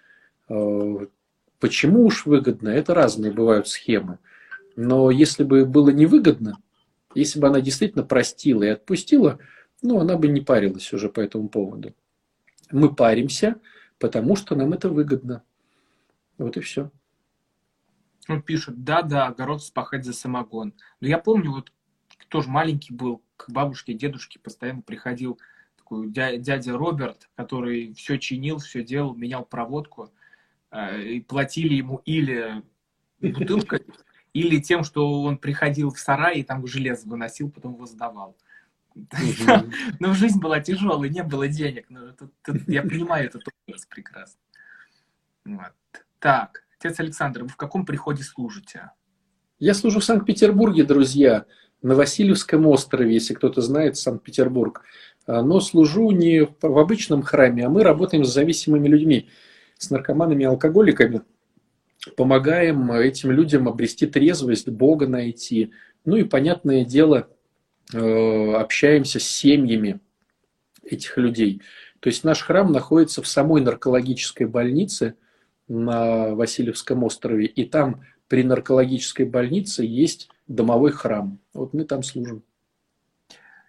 Почему уж выгодно? Это разные бывают схемы. Но если бы было невыгодно, если бы она действительно простила и отпустила, ну, она бы не парилась уже по этому поводу. Мы паримся, потому что нам это выгодно. Вот и все. Он пишет, да-да, огород вспахать за самогон. Но я помню, вот тоже маленький был, к бабушке, дедушке постоянно приходил такой дядя Роберт, который все чинил, все делал, менял проводку. И платили ему или бутылкой, или тем, что он приходил в сарай и там железо выносил, потом его сдавал. Но жизнь была тяжелая, не было денег. Я понимаю этот образ прекрасно. Так, отец Александр, вы в каком приходе служите? Я служу в Санкт-Петербурге, друзья, на Васильевском острове, если кто-то знает Санкт-Петербург. Но служу не в обычном храме, а мы работаем с зависимыми людьми, с наркоманами и алкоголиками, помогаем этим людям обрести трезвость, Бога найти. Ну и, понятное дело, общаемся с семьями этих людей. То есть наш храм находится в самой наркологической больнице на Васильевском острове, и там при наркологической больнице есть домовой храм. Вот мы там служим.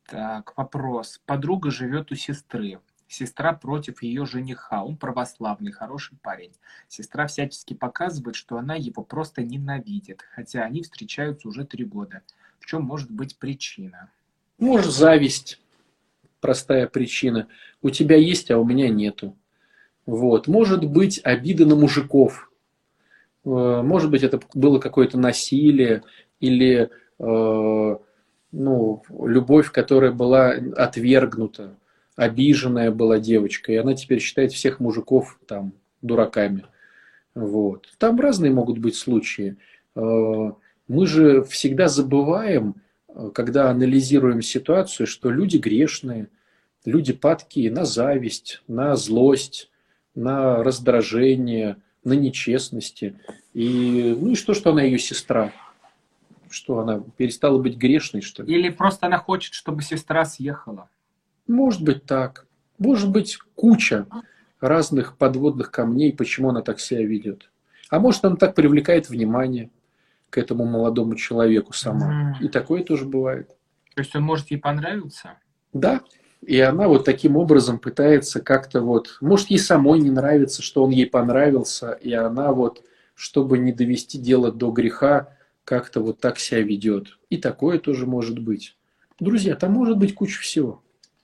Так, вопрос. Подруга живет у сестры. Сестра против ее жениха. Он православный, хороший парень. Сестра всячески показывает, что она его просто ненавидит, хотя они встречаются уже три года. В чем может быть причина? Может, зависть. Простая причина. У тебя есть, а у меня нету. Вот. Может быть, обида на мужиков. Э, Может быть, это было какое-то насилие или э, ну, любовь, которая была отвергнута, обиженная была девочка, и она теперь считает всех мужиков там дураками. Вот. Там разные могут быть случаи. Э, Мы же всегда забываем, э, когда анализируем ситуацию, что люди грешные, люди падкие на зависть, на злость, на раздражение, на нечестности. И, ну и что, что она ее сестра? Что она перестала быть грешной, что ли? Или просто она хочет, чтобы сестра съехала? Может быть так. Может быть куча разных подводных камней, почему она так себя ведет. А может, она так привлекает внимание к этому молодому человеку сама. М. И такое тоже бывает. То есть он может ей понравиться? Да. И она вот таким образом пытается как-то вот... Может, ей самой не нравится, что он ей понравился, и она вот, чтобы не довести дело до греха, как-то вот так себя ведет. И такое тоже может быть. Друзья, там может быть куча всего.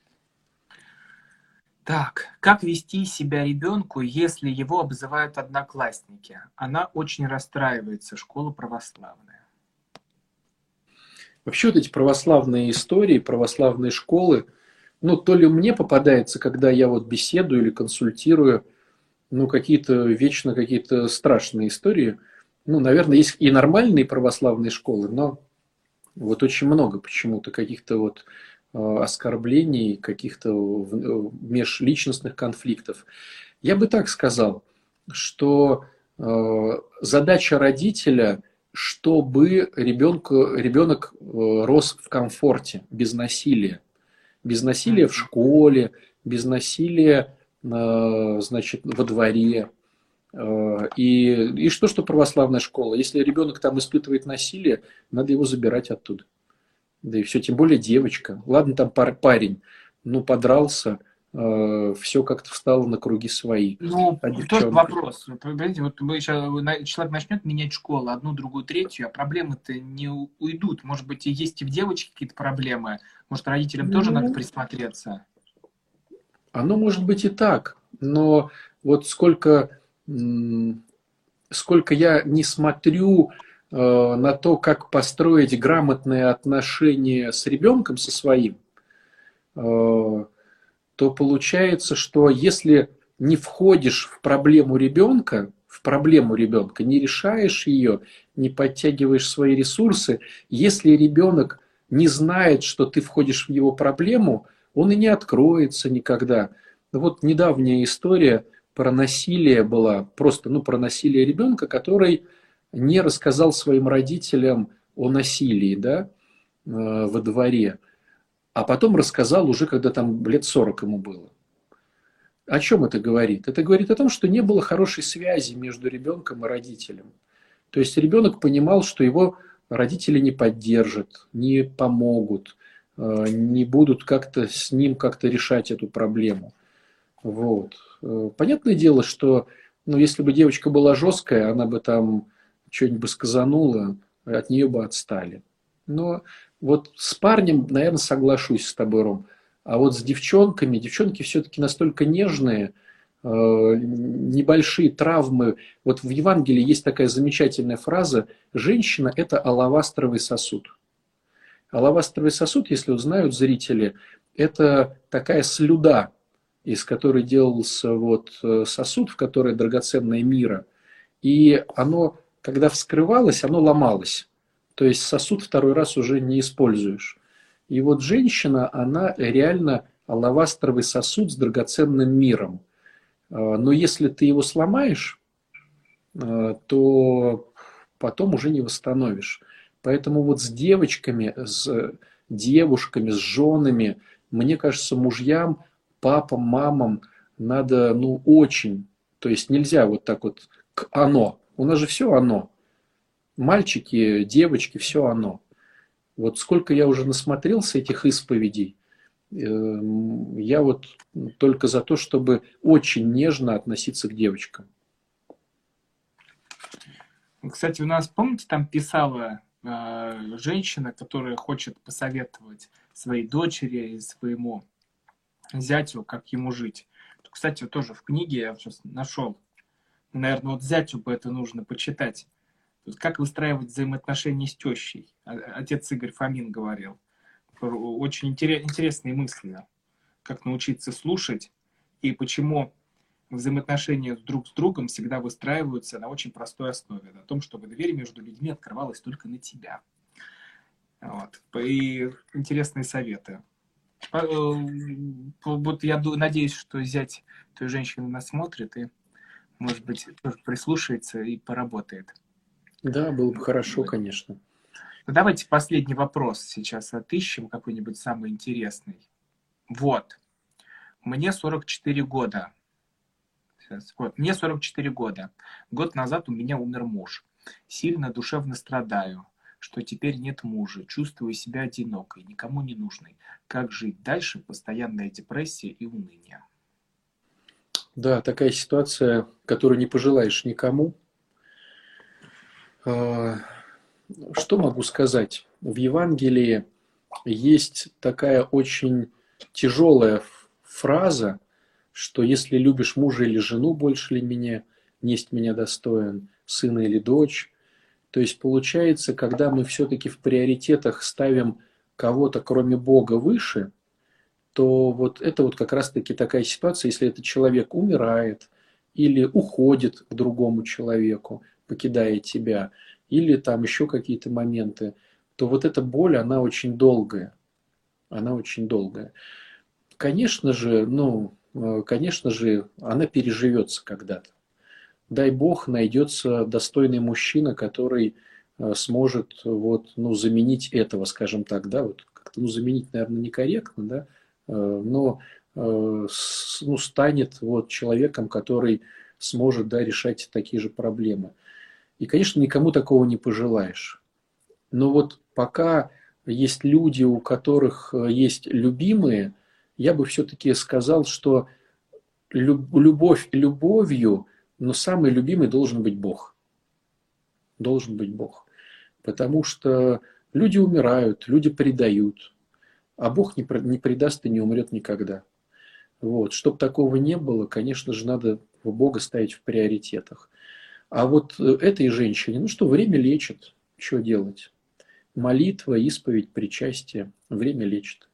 Так, как вести себя ребенку, если его обзывают одноклассники? Она очень расстраивается, школа православная. Вообще вот эти православные истории, православные школы, ну, то ли мне попадается, когда я вот беседую или консультирую, ну, какие-то вечно какие-то страшные истории. Ну, наверное, есть и нормальные православные школы, но вот очень много почему-то каких-то вот э, оскорблений, каких-то в- э, межличностных конфликтов. Я бы так сказал, что э, задача родителя, чтобы ребенку, ребенок э, рос в комфорте, без насилия. Без насилия в Мгм. школе, без насилия, э, значит, во дворе. Э, И, и что, что православная школа? Если ребенок там испытывает насилие, надо его забирать оттуда. Да и все, тем более девочка. Ладно, там пар- парень, ну, подрался, все как-то встало на круги свои. Ну, А тоже девчонка? вопрос. Вот, понимаете, вот мы сейчас, человек начнет менять школу, одну, другую, третью, а проблемы-то не у- уйдут. Может быть, и есть и в девочке какие-то проблемы. Может, родителям тоже надо Ну, присмотреться. оно может быть и так, но вот сколько, м, сколько я не смотрю э, на то, как построить грамотные отношения с ребенком, со своим, э, то получается, что если не входишь в проблему ребенка, в проблему ребенка, не решаешь ее, не подтягиваешь свои ресурсы, если ребенок не знает, что ты входишь в его проблему, он и не откроется никогда. Ну вот недавняя история про насилие была, просто ну, про насилие ребенка, который не рассказал своим родителям о насилии, да, э, во дворе, а потом рассказал уже, когда там лет сорок ему было. О чем это говорит? Это говорит о том, что не было хорошей связи между ребенком и родителем. То есть ребенок понимал, что его родители не поддержат, не помогут, э, не будут как-то с ним как-то решать эту проблему. Вот. Э, Понятное дело, что ну, если бы девочка была жесткая, она бы там что-нибудь бы сказанула, от нее бы отстали. Но вот с парнем, наверное, соглашусь с тобой, Ром. А вот с девчонками, девчонки все-таки настолько нежные, э, небольшие травмы. Вот в Евангелии есть такая замечательная фраза: «Женщина – это алавастровый сосуд». Алавастровый сосуд, если узнают зрители, это такая слюда, из которой делался вот э, сосуд, в которой драгоценное мира. И оно, когда вскрывалось, оно ломалось. То есть сосуд второй раз уже не используешь. И вот женщина, она реально алавастровый сосуд с драгоценным миром. Э, Но если ты его сломаешь, э, то потом уже не восстановишь. Поэтому вот с девочками, с девушками, с женами, мне кажется, мужьям, папам, мамам надо, ну, очень, то есть нельзя вот так вот к оно. У нас же все оно. Мальчики, девочки, все оно. Вот сколько я уже насмотрелся этих исповедей, я вот только за то, чтобы очень нежно относиться к девочкам. Кстати, у нас, помните, там писала э, женщина, которая хочет посоветовать своей дочери и своему зятю, как ему жить. Кстати, вот тоже в книге я сейчас нашел. Наверное, вот зятю бы это нужно почитать. Как выстраивать взаимоотношения с тещей. Отец Игорь Фомин говорил. Очень интересные мысли. Как научиться слушать и почему взаимоотношения друг с другом всегда выстраиваются на очень простой основе. На том, чтобы дверь между людьми открывалась только на тебя. Вот. И интересные советы. Вот я надеюсь, что зять той женщины нас смотрит и, может быть, тоже прислушается и поработает. Да, было бы хорошо, конечно. Давайте последний вопрос сейчас отыщем, какой-нибудь самый интересный. Вот. Мне сорок четыре года. Сейчас, вот. Мне сорок четыре года. Год назад у меня умер муж. Сильно душевно страдаю, что теперь нет мужа. Чувствую себя одинокой, никому не нужной. Как жить дальше? Постоянная депрессия и уныние. Да, такая ситуация, которую не пожелаешь никому. Что могу сказать? В Евангелии есть такая очень тяжелая фраза, что если любишь мужа или жену больше ли меня, несть меня достоин, сына или дочь. То есть получается, когда мы все-таки в приоритетах ставим кого-то, кроме Бога, выше, то вот это вот как раз-таки такая ситуация, если этот человек умирает или уходит к другому человеку, покидая тебя, или там еще какие-то моменты, то вот эта боль, она очень долгая. Она очень долгая. Конечно же, ну, конечно же, она переживется когда-то. Дай Бог, найдется достойный мужчина, который сможет вот, ну, заменить этого, скажем так, да, вот как-то, ну, заменить, наверное, некорректно, да, но ну, станет вот человеком, который сможет, да, решать такие же проблемы. И, конечно, никому такого не пожелаешь. Но вот пока есть люди, у которых есть любимые, я бы все-таки сказал, что любовь любовью, но самый любимый должен быть Бог. Должен быть Бог. Потому что люди умирают, люди предают, а Бог не предаст и не умрет никогда. Вот. Чтобы такого не было, конечно же, надо Бога ставить в приоритетах. А вот этой женщине, ну что, время лечит, что делать? Молитва, исповедь, причастие, время лечит.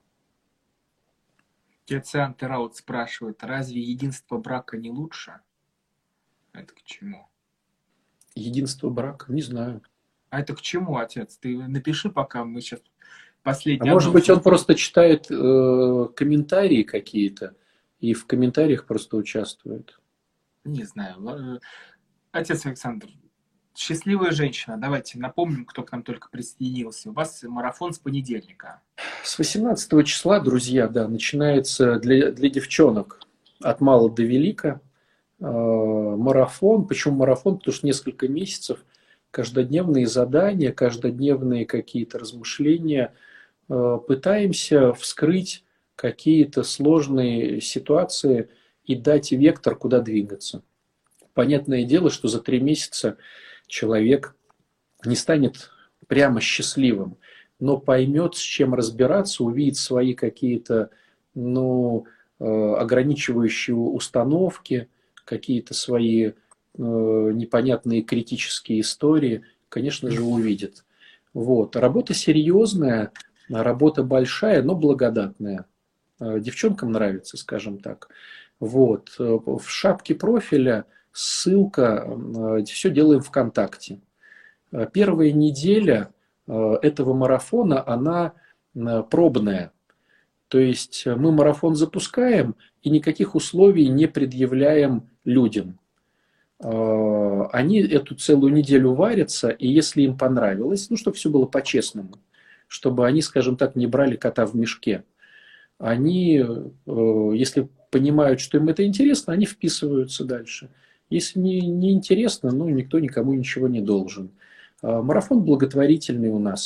Отец Раут спрашивает, разве единство брака не лучше? Это к чему? Единство брака? Не знаю. А это к чему, отец? Ты напиши, пока мы сейчас последний. А может быть, он просто читает э, комментарии какие-то и в комментариях просто участвует? Не знаю. Отец Александр, счастливая женщина. Давайте напомним, кто к нам только присоединился. У вас марафон с понедельника. С восемнадцатого числа, друзья, да, начинается для, для девчонок от мала до велика э, марафон. Почему марафон? Потому что несколько месяцев, каждодневные задания, каждодневные какие-то размышления. Э, пытаемся вскрыть какие-то сложные ситуации и дать вектор, куда двигаться. Понятное дело, что за три месяца человек не станет прямо счастливым, но поймет, с чем разбираться, увидит свои какие-то, ну, ограничивающие установки, какие-то свои непонятные критические истории, конечно же, увидит. Вот. Работа серьезная, работа большая, но благодатная. Девчонкам нравится, скажем так. Вот. В шапке профиля ссылка, все делаем ВКонтакте. Первая неделя этого марафона, она пробная. То есть мы марафон запускаем и никаких условий не предъявляем людям. Они эту целую неделю варятся, и если им понравилось, ну, чтобы все было по-честному, чтобы они, скажем так, не брали кота в мешке, они, если понимают, что им это интересно, они вписываются дальше. Если не, не интересно, ну, никто никому ничего не должен. Марафон благотворительный у нас.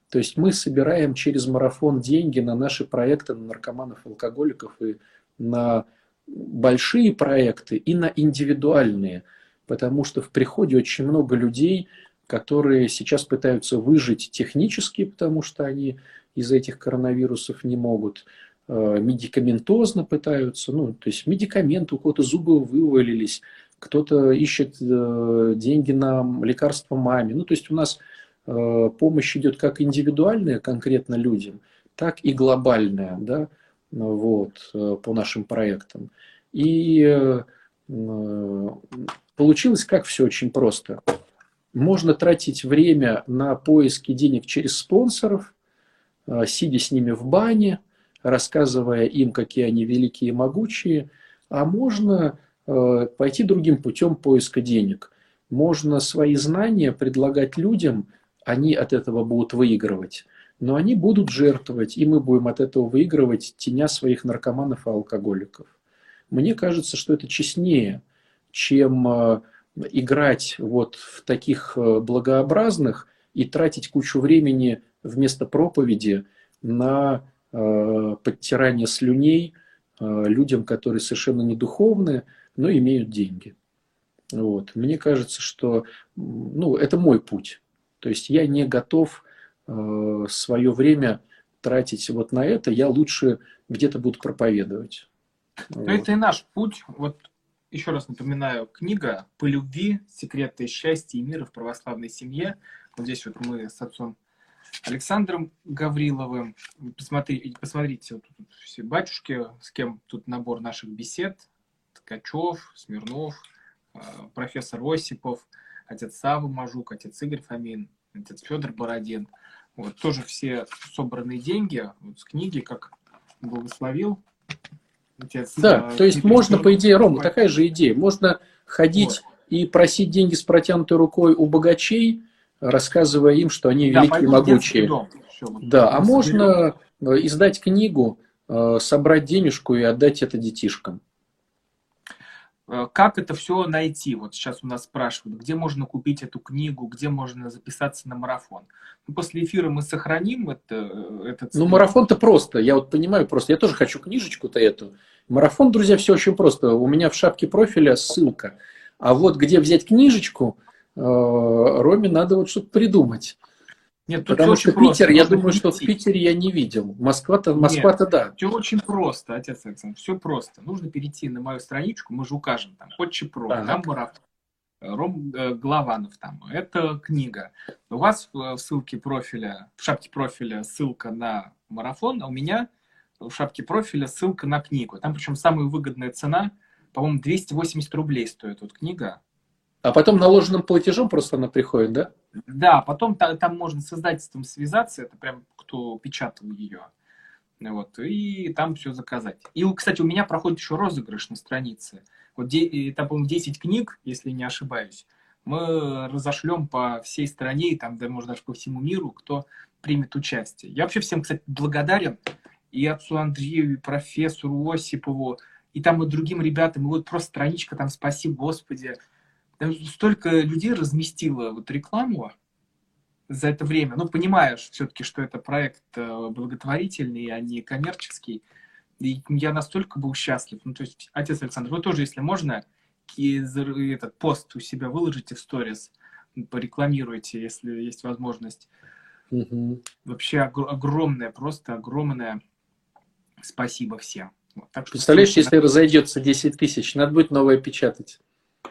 То есть мы собираем через марафон деньги на наши проекты, на наркоманов, алкоголиков и на большие проекты, и на индивидуальные. Потому что в приходе очень много людей, которые сейчас пытаются выжить технически, потому что они из этих коронавирусов не могут, медикаментозно пытаются, ну, то есть медикаменты, у кого-то зубы вывалились, кто-то ищет деньги на лекарства маме. Ну, то есть у нас помощь идет как индивидуальная конкретно людям, так и глобальная, да, вот, по нашим проектам. И получилось как все очень просто. Можно тратить время на поиски денег через спонсоров, сидя с ними в бане, рассказывая им, какие они великие и могучие, а можно пойти другим путем поиска денег. Можно свои знания предлагать людям, они от этого будут выигрывать, но они будут жертвовать, и мы будем от этого выигрывать, теня своих наркоманов и алкоголиков. Мне кажется, что это честнее, чем играть вот в таких благообразных и тратить кучу времени вместо проповеди на подтирание слюней людям, которые совершенно не духовные, но имеют деньги. Вот. Мне кажется, что ну, это мой путь. То есть я не готов э, свое время тратить вот на это, я лучше где-то буду проповедовать. Вот. Это и наш путь. Вот еще раз напоминаю, книга «По любви. Секреты счастья и мира в православной семье». Вот здесь вот мы с отцом Александром Гавриловым. Посмотри, посмотрите, вот тут все батюшки, с кем тут набор наших бесед. Ткачев, Смирнов, профессор Осипов, отец Савва Мажук, отец Игорь Фомин, отец Федор Бородин. Вот, тоже все собранные деньги вот, с книги, как благословил отец. Да, то есть можно, по идее, Рома, такая же идея. Можно ходить вот. И просить деньги с протянутой рукой у богачей, рассказывая им, что они да, великие и могучие. Все, вот, да, а можно соберем. Издать книгу, собрать денежку и отдать это детишкам. Как это все найти? Вот сейчас у нас спрашивают, где можно купить эту книгу, где можно записаться на марафон. Ну, после эфира мы сохраним это, этот... Ну, марафон-то просто. Я вот понимаю просто. Я тоже хочу книжечку-то эту. Марафон, друзья, все очень просто. У меня в шапке профиля ссылка. А вот где взять книжечку, Роме надо вот что-то придумать. Нет, Потому что Питер, просто. Я думаю, что в Питере я не видел. Москва-то, Москва-то да. Все очень просто, отец Александр, все просто. Нужно перейти на мою страничку, мы же укажем там, Отче-Про, там марафон, Ром Голованов там, это книга. У вас в ссылке профиля, в шапке профиля ссылка на марафон, а у меня в шапке профиля ссылка на книгу. Там причем самая выгодная цена, по-моему, двести восемьдесят рублей стоит вот книга. А потом наложенным платежом просто она приходит, да? Да, потом там, там можно с издательством связаться, это прям кто печатал ее. Вот, и там все заказать. И, кстати, у меня проходит еще розыгрыш на странице. Вот там, по-моему, десять книг, если не ошибаюсь. Мы разошлем по всей стране, и там, да, может, даже по всему миру, кто примет участие. Я вообще всем, кстати, благодарен. И отцу Андрею, и профессору Осипову, и там и другим ребятам. И вот просто страничка там «Спаси Господи». Там столько людей разместило вот рекламу за это время. Ну, понимаешь все-таки, что это проект благотворительный, а не коммерческий. И я настолько был счастлив. Ну, то есть, отец Александр, вы тоже, если можно, этот пост у себя выложите в сторис, порекламируйте, если есть возможность. Угу. Вообще огр- огромное, просто огромное спасибо всем. Вот, так что представляешь, если на... разойдется десять тысяч, надо будет новое печатать.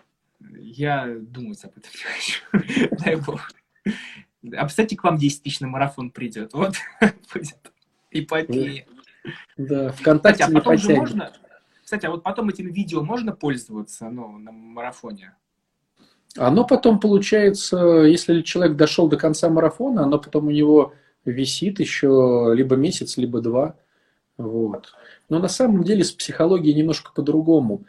Я думаю об этом еще. Дай бог. А представьте, к вам десять тысяч на марафон придет. Вот будет эпопея. Да, ВКонтакте кстати, а потом же можно... Кстати, а вот потом этим видео можно пользоваться, ну, на марафоне? Оно потом получается, если человек дошел до конца марафона, оно потом у него висит еще либо месяц, либо два. Вот. Но на самом деле с психологией немножко по-другому.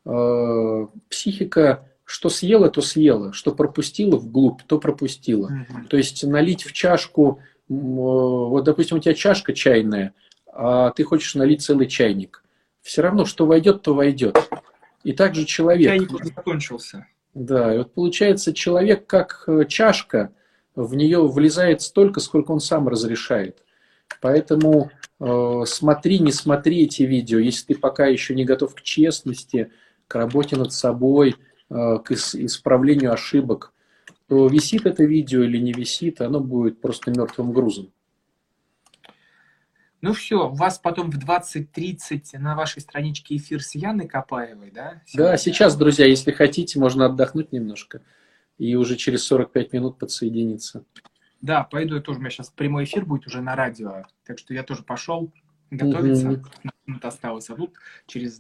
Психика... Что съела, то съела. Что пропустила вглубь, то пропустила. Mm-hmm. То есть налить в чашку, вот, допустим, у тебя чашка чайная, а ты хочешь налить целый чайник. Все равно, что войдет, то войдет. И также человек. Чайник уже закончился. Да, и вот получается, человек как чашка, в нее влезает столько, сколько он сам разрешает. Поэтому э, смотри, не смотри эти видео, если ты пока еще не готов к честности, к работе над собой, э, к ис- исправлению ошибок, то висит это видео или не висит, оно будет просто мертвым грузом. Ну все, у вас потом в двадцать тридцать на вашей страничке эфир с Яной Копаевой, да? Сегодня? Да, сейчас, друзья, если хотите, можно отдохнуть немножко и уже через сорок пять минут подсоединиться. Да, пойду я тоже, у меня сейчас прямой эфир будет уже на радио, так что я тоже пошел готовиться, Угу. минут осталось, а тут через,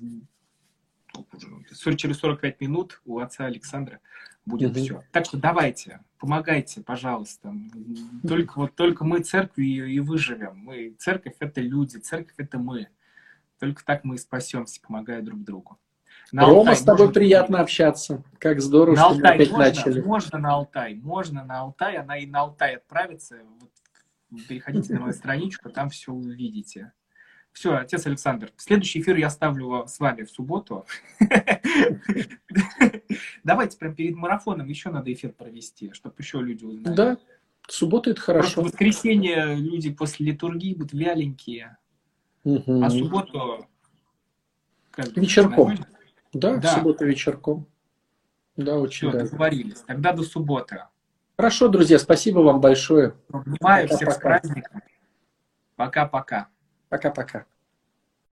через сорок пять минут у отца Александра будет Угу. все. Так что давайте, помогайте, пожалуйста. Только, вот, только мы церковью и выживем. Мы, церковь — это люди, церковь — это мы. Только так мы и спасемся, помогая друг другу. На Рома, Алтай с тобой можно... приятно общаться. Как здорово, на что Алтай мы опять можно, начали. Можно на Алтай, можно на Алтай, она и на Алтай отправится. Вот, переходите на мою страничку, там все увидите. Все, отец Александр, следующий эфир я ставлю с вами в субботу. Давайте прям перед марафоном еще надо эфир провести, чтобы еще люди узнали. Да, суббота это хорошо. Просто в воскресенье люди после литургии будут вяленькие, угу. а субботу... Как, вечерком. нормально? Да, Да. в субботу вечерком. Да, очень Все, да. договорились. Тогда до субботы. Хорошо, друзья, спасибо вам большое. Обнимаю всех с Пока-пока. праздником. Пока-пока. Пока-пока.